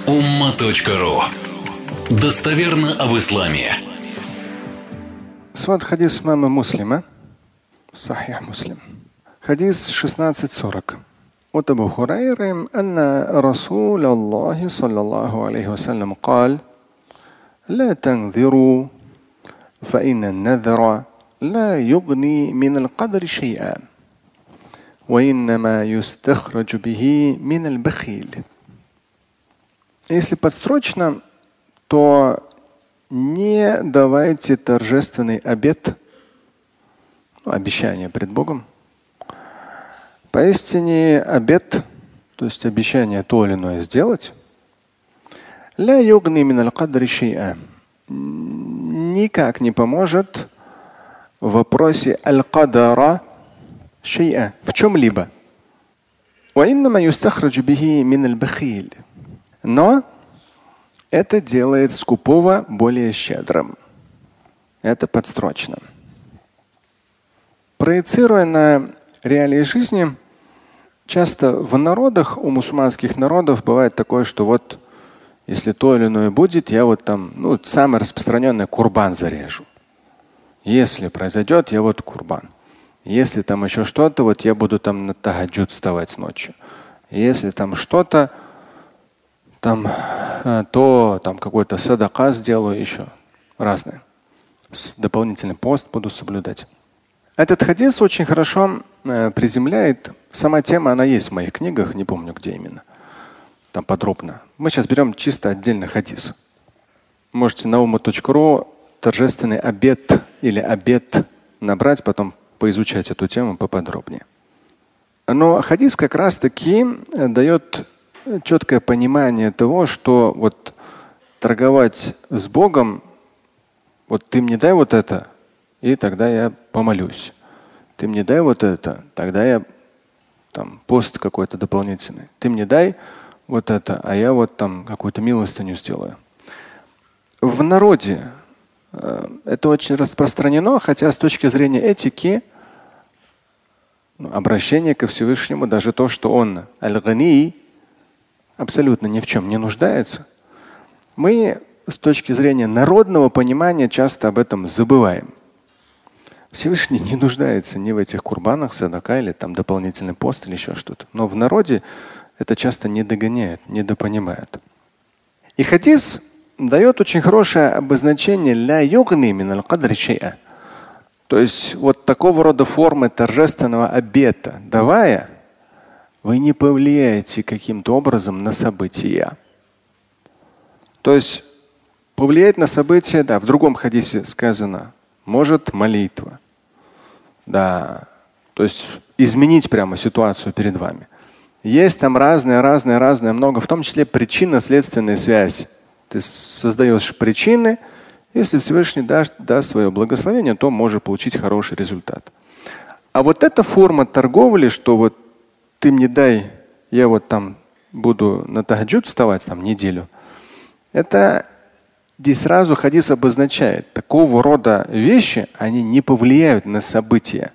umma.ru. Достоверно об исламе. Сват хадис имама Муслима, Сахих Муслим. Хадис 1640. От Абу Хурайры, анна Расул Аллахи саллаллаху алейхи вассалям قال: لا تنذروا فإن النذر لا يغني من القدر شيئا وإنما يستخرج به من البخيل. Если подстрочно, то не давайте торжественный обет, обещание пред Богом. Поистине обет, то есть обещание то или иное сделать, никак не поможет в вопросе аль-кадара шей'a, в чем-либо. Но это делает скупого более щедрым. Это подстрочно. Проецируя на реалии жизни, часто в народах, у мусульманских народов бывает такое, что вот если то или иное будет, я вот там, самое распространенное, курбан зарежу. Если произойдет, я вот курбан. Если там еще что-то, вот я буду там на тахаджуд вставать ночью. Если там что-то, там, то там какой-то садака сделаю еще разное. Дополнительный пост буду соблюдать. Этот хадис очень хорошо приземляет. Сама тема, она есть в моих книгах, не помню где именно. Там подробно. Мы сейчас берем чисто отдельный хадис. Можете на umma.ru торжественный обет или обет набрать, потом поизучать эту тему поподробнее. Но хадис как раз-таки дает четкое понимание того, что вот торговать с Богом, вот ты мне дай вот это, и тогда я помолюсь. Ты мне дай вот это, тогда я там пост какой-то дополнительный. Ты мне дай вот это, а я вот там какую-то милостыню сделаю. В народе это очень распространено, хотя с точки зрения этики, обращение ко Всевышнему, даже то, что он аль-гани, абсолютно ни в чем не нуждается, мы с точки зрения народного понимания часто об этом забываем. Всевышний не нуждается ни в этих курбанах, садака или там дополнительный пост или еще что-то. Но в народе это часто не догоняет, недопонимает. И хадис дает очень хорошее обозначение ля югни мин аль-кадри шей'a. То есть вот такого рода формы торжественного обета давая, вы не повлияете каким-то образом на события. То есть повлиять на события, да, в другом хадисе сказано, может молитва. Да, то есть изменить прямо ситуацию перед вами. Есть там разное, много, в том числе причинно-следственная связь. Ты создаешь причины, если Всевышний даст свое благословение, то может получить хороший результат. А вот эта форма торговли, что вот ты мне дай, я вот там буду на тахаджуд вставать там неделю, это здесь сразу хадис обозначает, такого рода вещи, они не повлияют на события.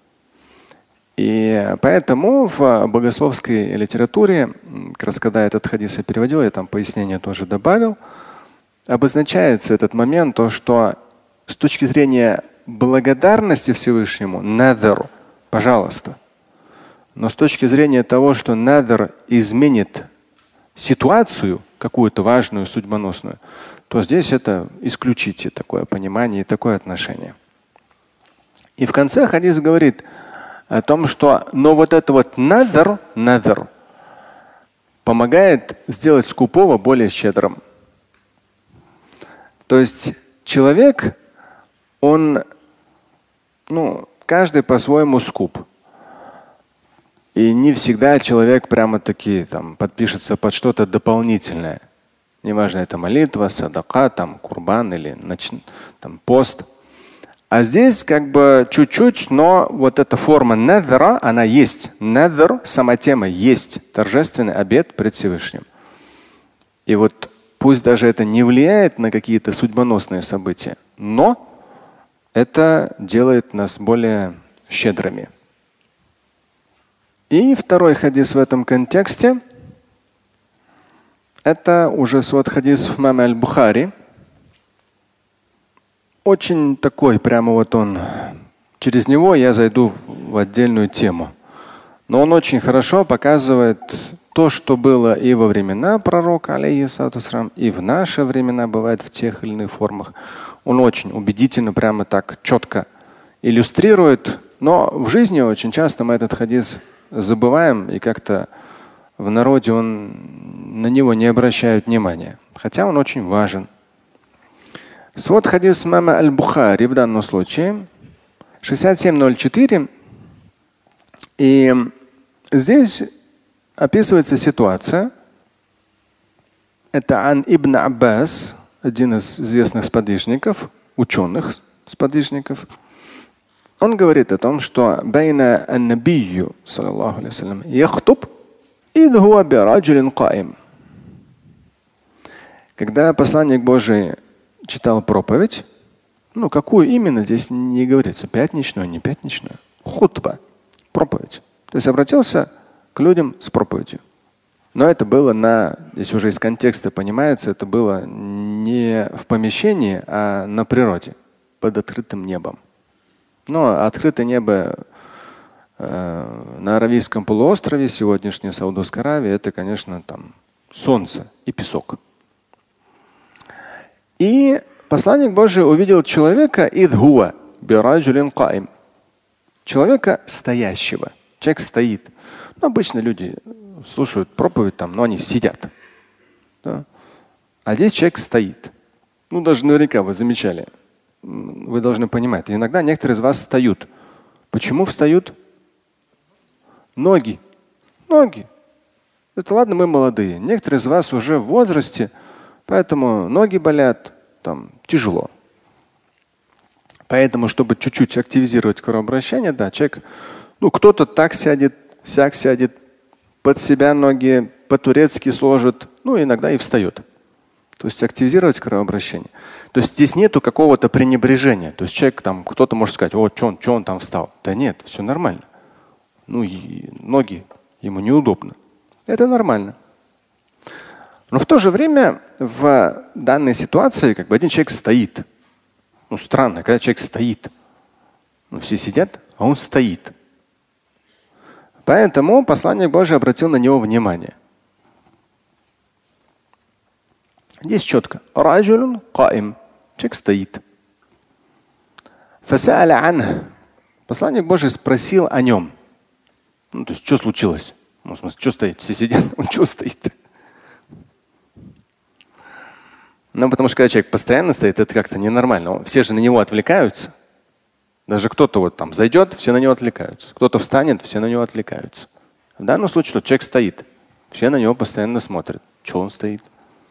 И поэтому в богословской литературе, как раз когда этот хадис я переводил, я там пояснение тоже добавил, обозначается этот момент, то, что с точки зрения благодарности Всевышнему, надр, пожалуйста. Но с точки зрения того, что надр изменит ситуацию, какую-то важную, судьбоносную, то здесь это исключите такое понимание и такое отношение. И в конце хадис говорит о том, что но вот это вот надр помогает сделать скупого более щедрым. То есть человек, он, каждый по-своему скуп. И не всегда человек прямо-таки там подпишется под что-то дополнительное. Неважно, это молитва, садака, там, курбан или там, пост. А здесь как бы чуть-чуть, но вот эта форма надра, она есть. Надр, сама тема есть. Торжественный обет пред Всевышним. И вот пусть даже это не влияет на какие-то судьбоносные события, но это делает нас более щедрыми. И второй хадис в этом контексте Это уже свод хадисов имама аль-Бухари. Очень такой, прямо вот он. Через него я зайду в отдельную тему. Но он очень хорошо показывает то, что было и во времена пророка, алейхиссалату, и в наши времена бывает в тех или иных формах. Он очень убедительно, прямо так четко иллюстрирует. Но в жизни очень часто мы этот хадис забываем, и как-то в народе на него не обращают внимания. Хотя он очень важен. Свод хадис имама аль-Бухари в данном случае 6704. И здесь описывается ситуация. Это Ан ибн Аббас, один из известных сподвижников, ученых сподвижников. Он говорит о том, что байна ан-набийю саллаллаху алейхи вассалям яхтуб идh хуа би раджулин каим. Когда посланник Божий читал проповедь, какую именно здесь не говорится, пятничную, не пятничную, хутба, проповедь. То есть обратился к людям с проповедью. Но это было здесь уже из контекста понимается, это было не в помещении, а на природе, под открытым небом. Но открытое небо на Аравийском полуострове, сегодняшней Саудовской Аравии, это, конечно, там солнце и песок. И посланник Божий увидел человека идхуа бираджулин каим. Человека стоящего. Человек стоит. Обычно люди слушают проповедь, но они сидят. Да? А здесь человек стоит. Даже наверняка вы замечали. Вы должны понимать. Иногда некоторые из вас встают. Почему встают? Ноги. Это ладно, мы молодые. Некоторые из вас уже в возрасте, поэтому ноги болят, тяжело. Поэтому, чтобы чуть-чуть активизировать кровообращение, человек, кто-то так сядет, сяк сядет, под себя ноги по-турецки сложит, иногда и встает. То есть активизировать кровообращение. То есть здесь нету какого-то пренебрежения. То есть человек кто-то может сказать, что он там встал. Да нет, все нормально. И ноги ему неудобно. Это нормально. Но в то же время в данной ситуации один человек стоит. Странно, когда человек стоит. Все сидят, а он стоит. Поэтому посланник Божий обратил на него внимание. Здесь четко. Раджулун каим. Человек стоит. Фаса'аля анх. Посланник Божий спросил о нем. То есть, что случилось? В смысле, что стоит? Все сидят, он что стоит? Потому что когда человек постоянно стоит, это как-то ненормально. Все же на него отвлекаются. Даже кто-то зайдет, все на него отвлекаются. Кто-то встанет, все на него отвлекаются. В данном случае что человек стоит. Все на него постоянно смотрят. Что он стоит?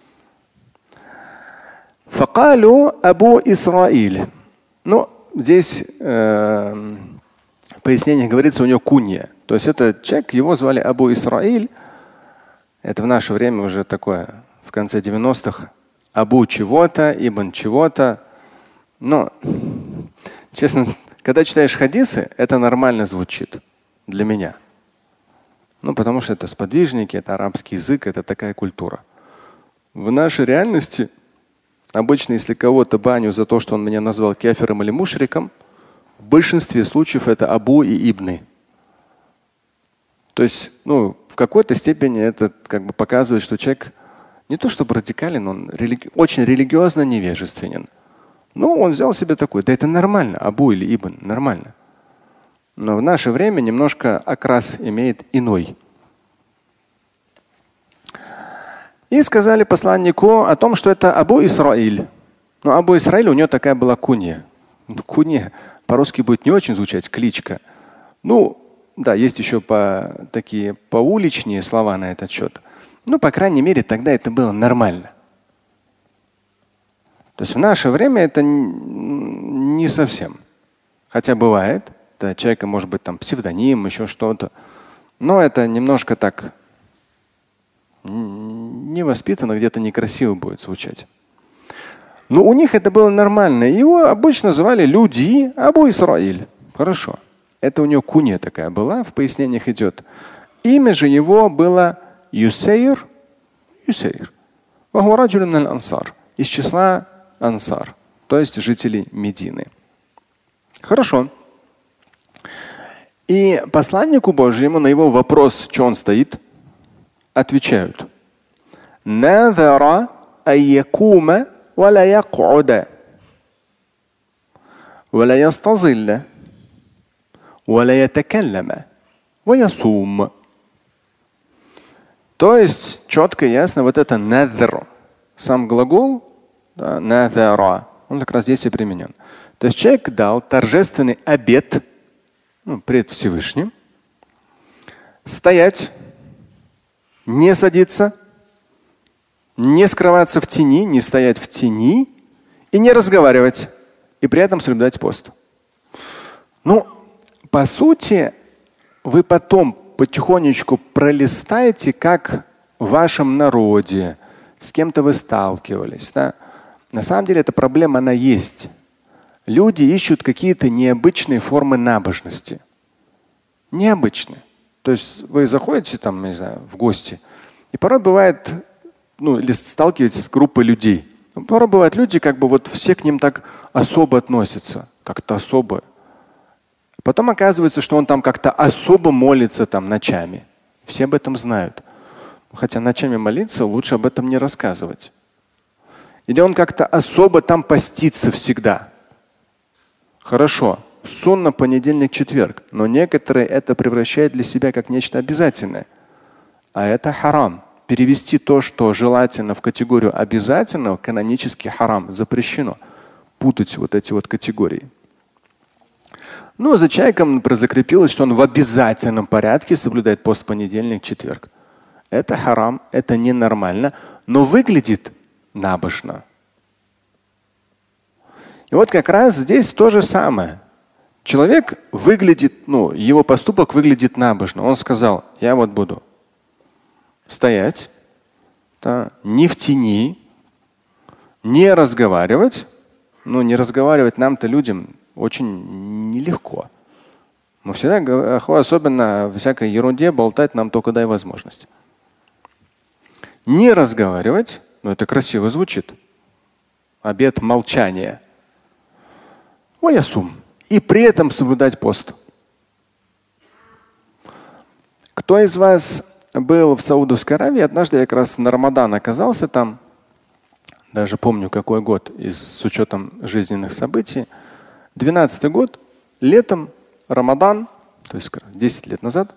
Факалю Абу Исраиль. Здесь в пояснениях говорится, у него кунья. То есть этот человек, его звали Абу Исраиль. Это в наше время уже такое, в конце 90-х. Абу чего-то, Ибн чего-то. Но, честно, когда читаешь хадисы, это нормально звучит для меня. Потому что это сподвижники, это арабский язык, это такая культура. В нашей реальности обычно, если кого-то баню за то, что он меня назвал кафиром или мушриком, в большинстве случаев это Абу и Ибны. То есть, в какой-то степени это показывает, что человек не то чтобы радикален, он очень религиозно невежественен. Он взял себе такой. Да это нормально, Абу или Ибн, нормально. Но в наше время немножко окрас имеет иной. И сказали посланнику о том, что это Абу Исраиль. Но Абу Исраиль, у него такая была кунья. Кунья по-русски будет не очень звучать, кличка. Да, есть еще такие поуличнее слова на этот счет. По крайней мере, тогда это было нормально. То есть в наше время это не совсем. Хотя бывает, да, человека может быть псевдоним, еще что-то. Но это немножко так невоспитанно, где-то некрасиво будет звучать. Но у них это было нормально. Его обычно звали люди Абу Исраиль. Хорошо. Это у него кунья такая была, в пояснениях идет. Имя же его было Юсейр. Из числа ансар, то есть жителей Медины. Хорошо. И посланнику Божьему на его вопрос, что он стоит, отвечают: «Надара айякума вала якуда, вала ястазилля, вала ятакаллама, ва ясум». То есть четко и ясно вот это надр, сам глагол, да, надара, он как раз здесь и применен. То есть человек дал торжественный обет, пред Всевышним, стоять, не садиться, не скрываться в тени, не стоять в тени и не разговаривать, и при этом соблюдать пост. По сути, вы потом потихонечку пролистаете, как в вашем народе, с кем-то вы сталкивались. Да? На самом деле эта проблема, она есть. Люди ищут какие-то необычные формы набожности. Необычные. То есть вы заходите там, не знаю, в гости, и порой бывает, или сталкиваетесь с группой людей. Порой бывают люди, как бы вот все к ним так особо относятся, как-то особо. Потом оказывается, что он там как-то особо молится там ночами. Все об этом знают. Хотя ночами молиться лучше об этом не рассказывать. Или он как-то особо там постится всегда. Хорошо. Сунна понедельник, четверг. Но некоторые это превращают для себя как нечто обязательное. А это харам. Перевести то, что желательно, в категорию обязательного, канонически харам. Запрещено путать вот эти вот категории. За человеком закрепилось, что он в обязательном порядке соблюдает пост понедельник, четверг. Это харам, это ненормально, но выглядит набожно. И вот как раз здесь то же самое. Человек выглядит, его поступок выглядит набожно. Он сказал: я вот буду стоять, да, не в тени, не разговаривать. Не разговаривать нам-то людям очень нелегко. Мы всегда, особенно о всякой ерунде, болтать нам только дай возможность. Не разговаривать, это красиво звучит. Обет молчания. И при этом соблюдать пост. Кто из вас был в Саудовской Аравии? Однажды я как раз на Рамадан оказался там. Даже помню, какой год, с учетом жизненных событий. 12-й год, летом, Рамадан, то есть 10 лет назад.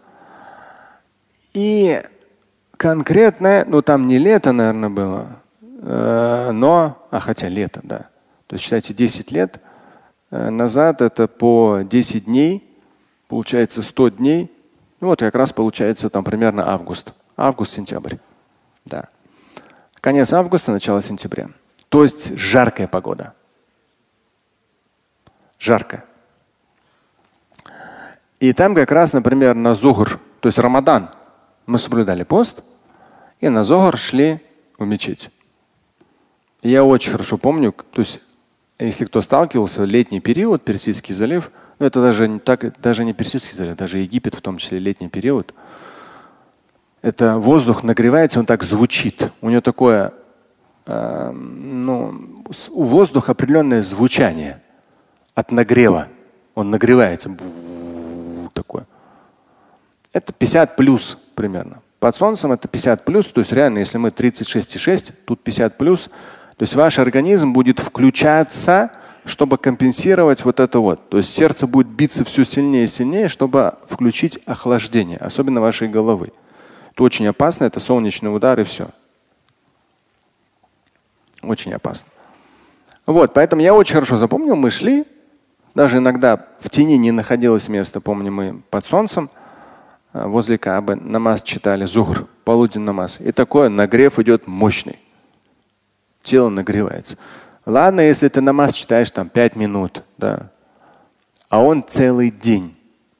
И конкретно, там не лето, наверное, было, хотя лето, да. То есть считайте, 10 лет назад это по 10 дней, получается 100 дней. Как раз получается там примерно август. Август-сентябрь. Да. Конец августа, начало сентября. То есть жаркая погода. Жарко. И там как раз, например, на Зухр, то есть Рамадан, мы соблюдали пост, и на Зухр шли в мечеть. И я очень хорошо помню, то есть если кто сталкивался, летний период, Персидский залив, это даже не Персидский залив, даже Египет, в том числе летний период, это воздух нагревается, он так звучит. У него такое, у воздуха определенное звучание от нагрева. Он нагревается. Такое. Это 50 плюс примерно. Под солнцем это 50 плюс, то есть реально, если мы 36,6, тут 50 плюс, то есть ваш организм будет включаться, чтобы компенсировать вот это вот. То есть сердце будет биться все сильнее и сильнее, чтобы включить охлаждение, особенно вашей головы. Это очень опасно, это солнечный удар и все. Очень опасно. Поэтому я очень хорошо запомнил, мы шли, даже иногда в тени не находилось места, помню, мы под солнцем возле Каабы намаз читали, зухр, полуденный намаз. И такой нагрев идет мощный. Тело нагревается. Ладно, если ты намаз читаешь там 5 минут, да, а он целый день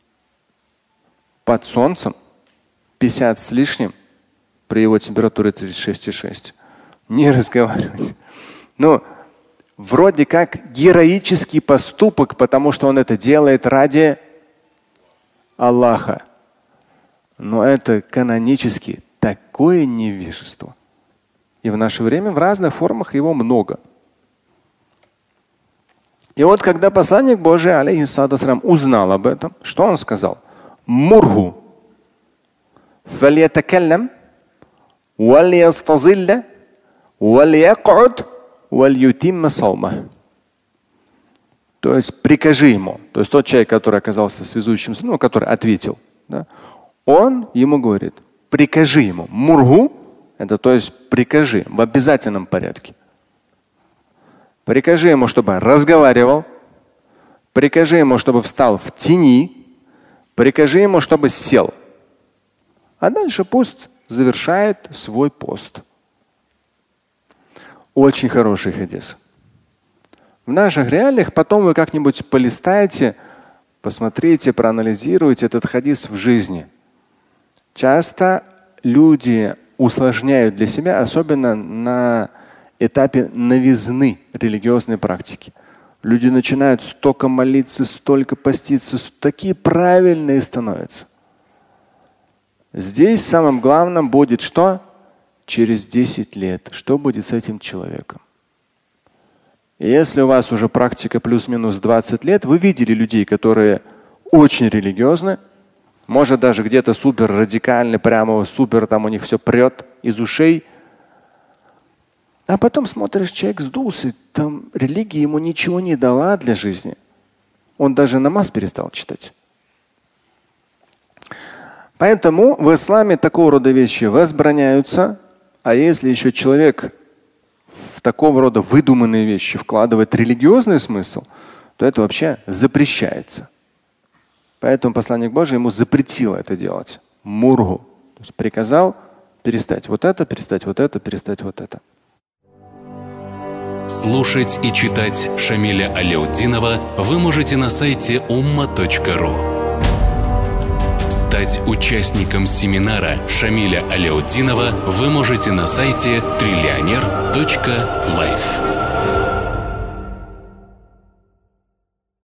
под солнцем, 50 с лишним, при его температуре 36,6. Не разговаривать. Вроде как героический поступок, потому что он это делает ради Аллаха. Но это канонически такое невежество. И в наше время в разных формах его много. И вот когда посланник Божий, алейхиссалату вассалям, узнал об этом, что он сказал? Мургу фальятакаллям вальястазилля вальякуд вальютимма саума. То есть прикажи ему, то есть тот человек, который оказался связующим, который ответил, да, он ему говорит, прикажи ему. Мургу – это то есть прикажи в обязательном порядке. Прикажи ему, чтобы разговаривал. Прикажи ему, чтобы встал в тени. Прикажи ему, чтобы сел. А дальше пусть завершает свой пост. Очень хороший хадис. В наших реалиях потом вы как-нибудь полистаете, посмотрите, проанализируйте этот хадис в жизни. Часто люди усложняют для себя, особенно на этапе новизны религиозной практики. Люди начинают столько молиться, столько поститься, такие правильные становятся. Здесь самым главным будет что? Через 10 лет. Что будет с этим человеком? И если у вас уже практика плюс-минус 20 лет, вы видели людей, которые очень религиозны, может даже где-то супер радикальны, прямо супер там у них все прет из ушей. А потом смотришь, человек сдулся, там религия ему ничего не дала для жизни. Он даже намаз перестал читать. Поэтому в исламе такого рода вещи возбраняются. А если еще человек в такого рода выдуманные вещи вкладывает религиозный смысл, то это вообще запрещается. Поэтому посланник Божий ему запретил это делать. Мургу. То есть приказал перестать вот это, перестать вот это, перестать вот это. Слушать и читать Шамиля Аляутдинова вы можете на сайте umma.ru. Стать участником семинара Шамиля Аляутдинова вы можете на сайте trillioner.life.